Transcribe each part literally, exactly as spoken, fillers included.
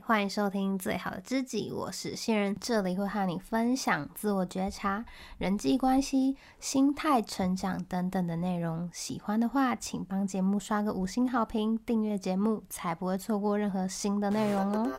欢迎收听最好的知己，我是新人，这里会和你分享自我觉察、人际关系、心态成长等等的内容。喜欢的话，请帮节目刷个五星好评，订阅节目，才不会错过任何新的内容哦。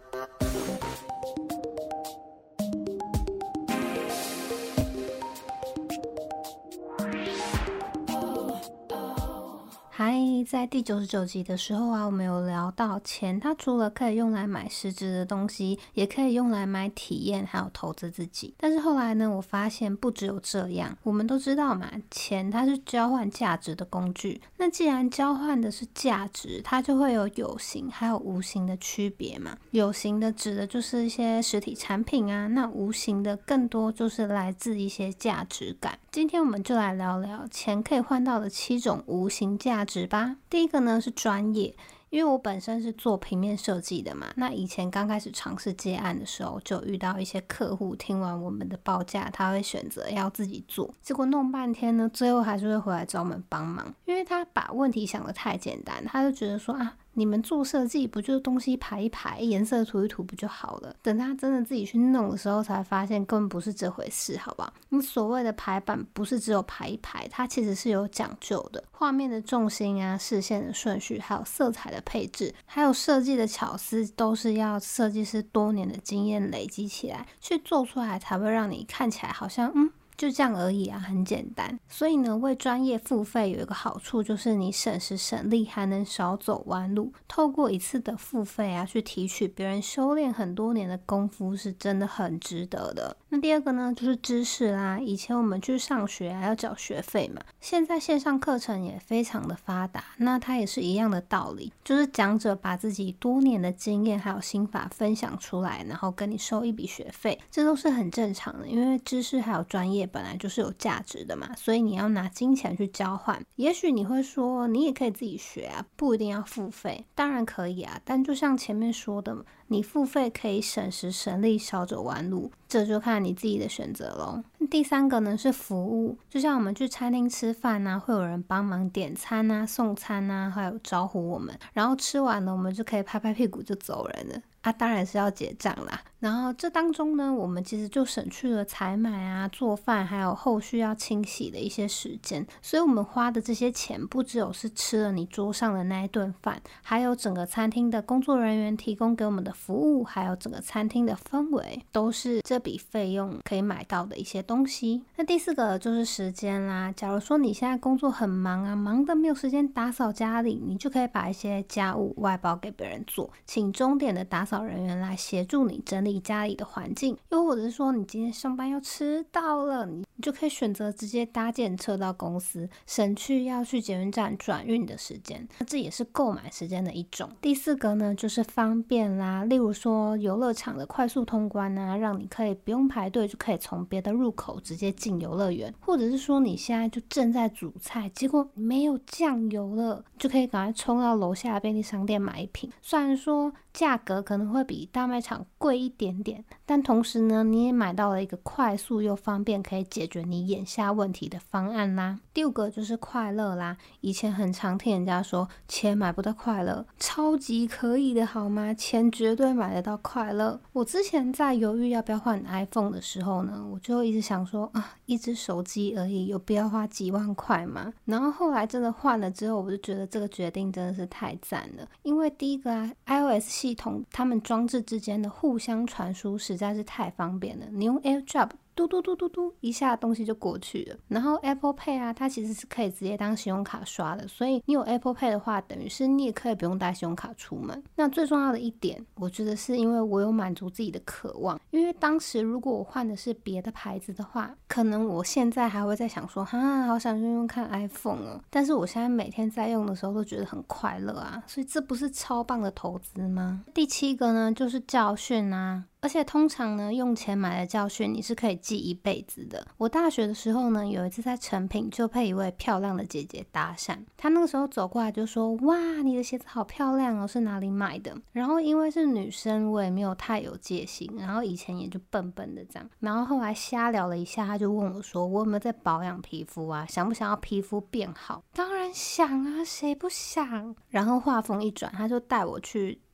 嗨，在第九十九集的时候啊，我们有聊到钱，它除了可以用来买实质的东西，也可以用来买体验，还有投资自己。但是后来呢，我发现不只有这样。我们都知道嘛，钱它是交换价值的工具。那既然交换的是价值，它就会有有形还有无形的区别嘛。有形的指的就是一些实体产品啊，那无形的更多就是来自一些价值感。今天我们就来聊聊钱可以换到的七种无形价值吧。第一个呢是专业，因为我本身是做平面设计的嘛，那以前刚开始尝试接案的时候，就遇到一些客户听完我们的报价，他会选择要自己做，结果弄半天呢，最后还是会回来找我们帮忙，因为他把问题想得太简单，他就觉得说啊，你们做设计不就是东西排一排，颜色涂一涂不就好了？等他真的自己去弄的时候，才发现根本不是这回事，好不好？你所谓的排版不是只有排一排，它其实是有讲究的，画面的重心啊、视线的顺序，还有色彩的配置，还有设计的巧思，都是要设计师多年的经验累积起来，去做出来，才会让你看起来好像嗯。就这样而已啊，很简单。所以呢，为专业付费有一个好处，就是你省时省力，还能少走弯路。透过一次的付费啊，去提取别人修炼很多年的功夫，是真的很值得的。那第二个呢，就是知识啦。以前我们去上学啊，要缴学费嘛，现在线上课程也非常的发达，那它也是一样的道理，就是讲者把自己多年的经验还有心法分享出来，然后跟你收一笔学费，这都是很正常的，因为知识还有专业本来就是有价值的嘛，所以你要拿金钱去交换。也许你会说，你也可以自己学啊，不一定要付费。当然可以啊，但就像前面说的，你付费可以省时省力，少走弯路，这就看你自己的选择咯。第三个呢是服务，就像我们去餐厅吃饭啊，会有人帮忙点餐啊、送餐啊，还有招呼我们，然后吃完了我们就可以拍拍屁股就走人了啊，当然是要结账啦。然后这当中呢，我们其实就省去了采买啊、做饭，还有后续要清洗的一些时间。所以我们花的这些钱，不只有是吃了你桌上的那一顿饭，还有整个餐厅的工作人员提供给我们的服务，还有整个餐厅的氛围，都是这笔费用可以买到的一些东西。那第四个就是时间啦。假如说你现在工作很忙啊，忙得没有时间打扫家里，你就可以把一些家务外包给别人做，请钟点的打扫人员来协助你整理家里的环境。又或者是说你今天上班要迟到了，你就可以选择直接搭电车到公司，省去要去捷运站转运的时间，那这也是购买时间的一种。第四个呢就是方便啦，例如说游乐场的快速通关啊，让你可以不用排队就可以从别的入口直接进游乐园，或者是说你现在就正在煮菜，结果没有酱油了，就可以赶快冲到楼下的便利商店买一瓶。虽然说价格可能会比大卖场贵一点点，但同时呢，你也买到了一个快速又方便可以解决你眼下问题的方案啦。第五个就是快乐啦。以前很常听人家说钱买不到快乐，超级可以的好吗？钱绝对买得到快乐。我之前在犹豫要不要换 iPhone 的时候呢，我就一直想说啊，一只手机而已，有必要花几万块吗？然后后来真的换了之后，我就觉得这个决定真的是太赞了。因为第一个啊 iOS 系统他们装置之间的互相传输实在是太方便了，你用 AirDrop嘟嘟嘟嘟嘟一下东西就过去了。然后 Apple Pay 啊，它其实是可以直接当信用卡刷的，所以你有 Apple Pay 的话，等于是你也可以不用带信用卡出门。那最重要的一点，我觉得是因为我有满足自己的渴望，因为当时如果我换的是别的牌子的话，可能我现在还会在想说哈，好想用用看 iPhone 哦，但是我现在每天在用的时候都觉得很快乐啊，所以这不是超棒的投资吗？第七个呢就是教训啊，而且通常呢，用钱买的教训你是可以记一辈子的。我大学的时候呢，有一次在成品就被一位漂亮的姐姐搭讪，她那个时候走过来就说，哇，你的鞋子好漂亮哦，是哪里买的？然后因为是女生，我也没有太有戒心，然后以前也就笨笨的这样，然后后来瞎聊了一下，她就问我说，我有没有在保养皮肤啊？想不想要皮肤变好？当然想啊，谁不想？然后话锋一转，她就带我去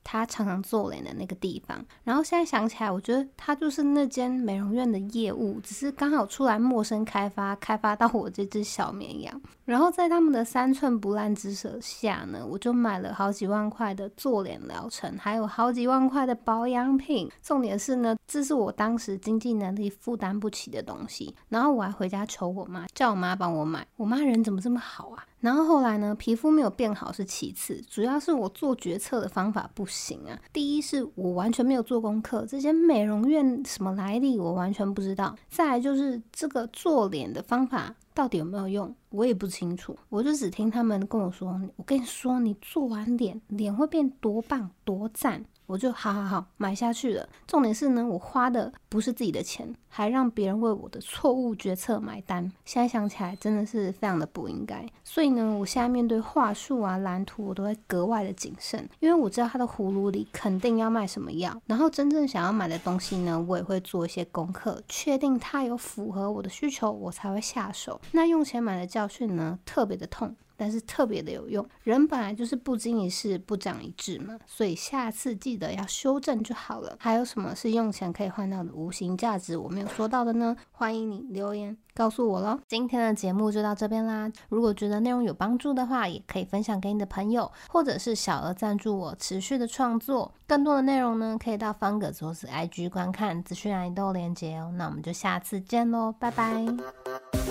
他常常做脸的那个地方。然后现在想起来，我觉得他就是那间美容院的业务，只是刚好出来陌生开发，开发到我这只小绵羊。然后在他们的三寸不烂之舌下呢，我就买了好几万块的做脸疗程，还有好几万块的保养品。重点是呢，这是我当时经济能力负担不起的东西。然后我还回家求我妈，叫我妈帮我买。我妈人怎么这么好啊？然后后来呢，皮肤没有变好是其次，主要是我做决策的方法不行啊。第一是我完全没有做功课，这些美容院什么来历我完全不知道。再来就是这个做脸的方法到底有没有用，我也不清楚。我就只听他们跟我说，我跟你说，你做完脸，脸会变多棒多赞。我就好好好买下去了。重点是呢，我花的不是自己的钱，还让别人为我的错误决策买单。现在想起来真的是非常的不应该。所以呢，我现在面对话术啊、蓝图，我都会格外的谨慎，因为我知道他的葫芦里肯定要卖什么药。然后真正想要买的东西呢，我也会做一些功课，确定它有符合我的需求，我才会下手。那用钱买的教训呢，特别的痛，但是特别的有用。人本来就是不经一事不长一智嘛，所以下次记得要修正就好了。还有什么是用钱可以换到的无形价值我没有说到的呢？欢迎你留言告诉我咯。今天的节目就到这边啦，如果觉得内容有帮助的话，也可以分享给你的朋友，或者是小额赞助我持续的创作。更多的内容呢，可以到方格子或是 I G 观看，资讯栏里都有连结哦。那我们就下次见咯，拜拜。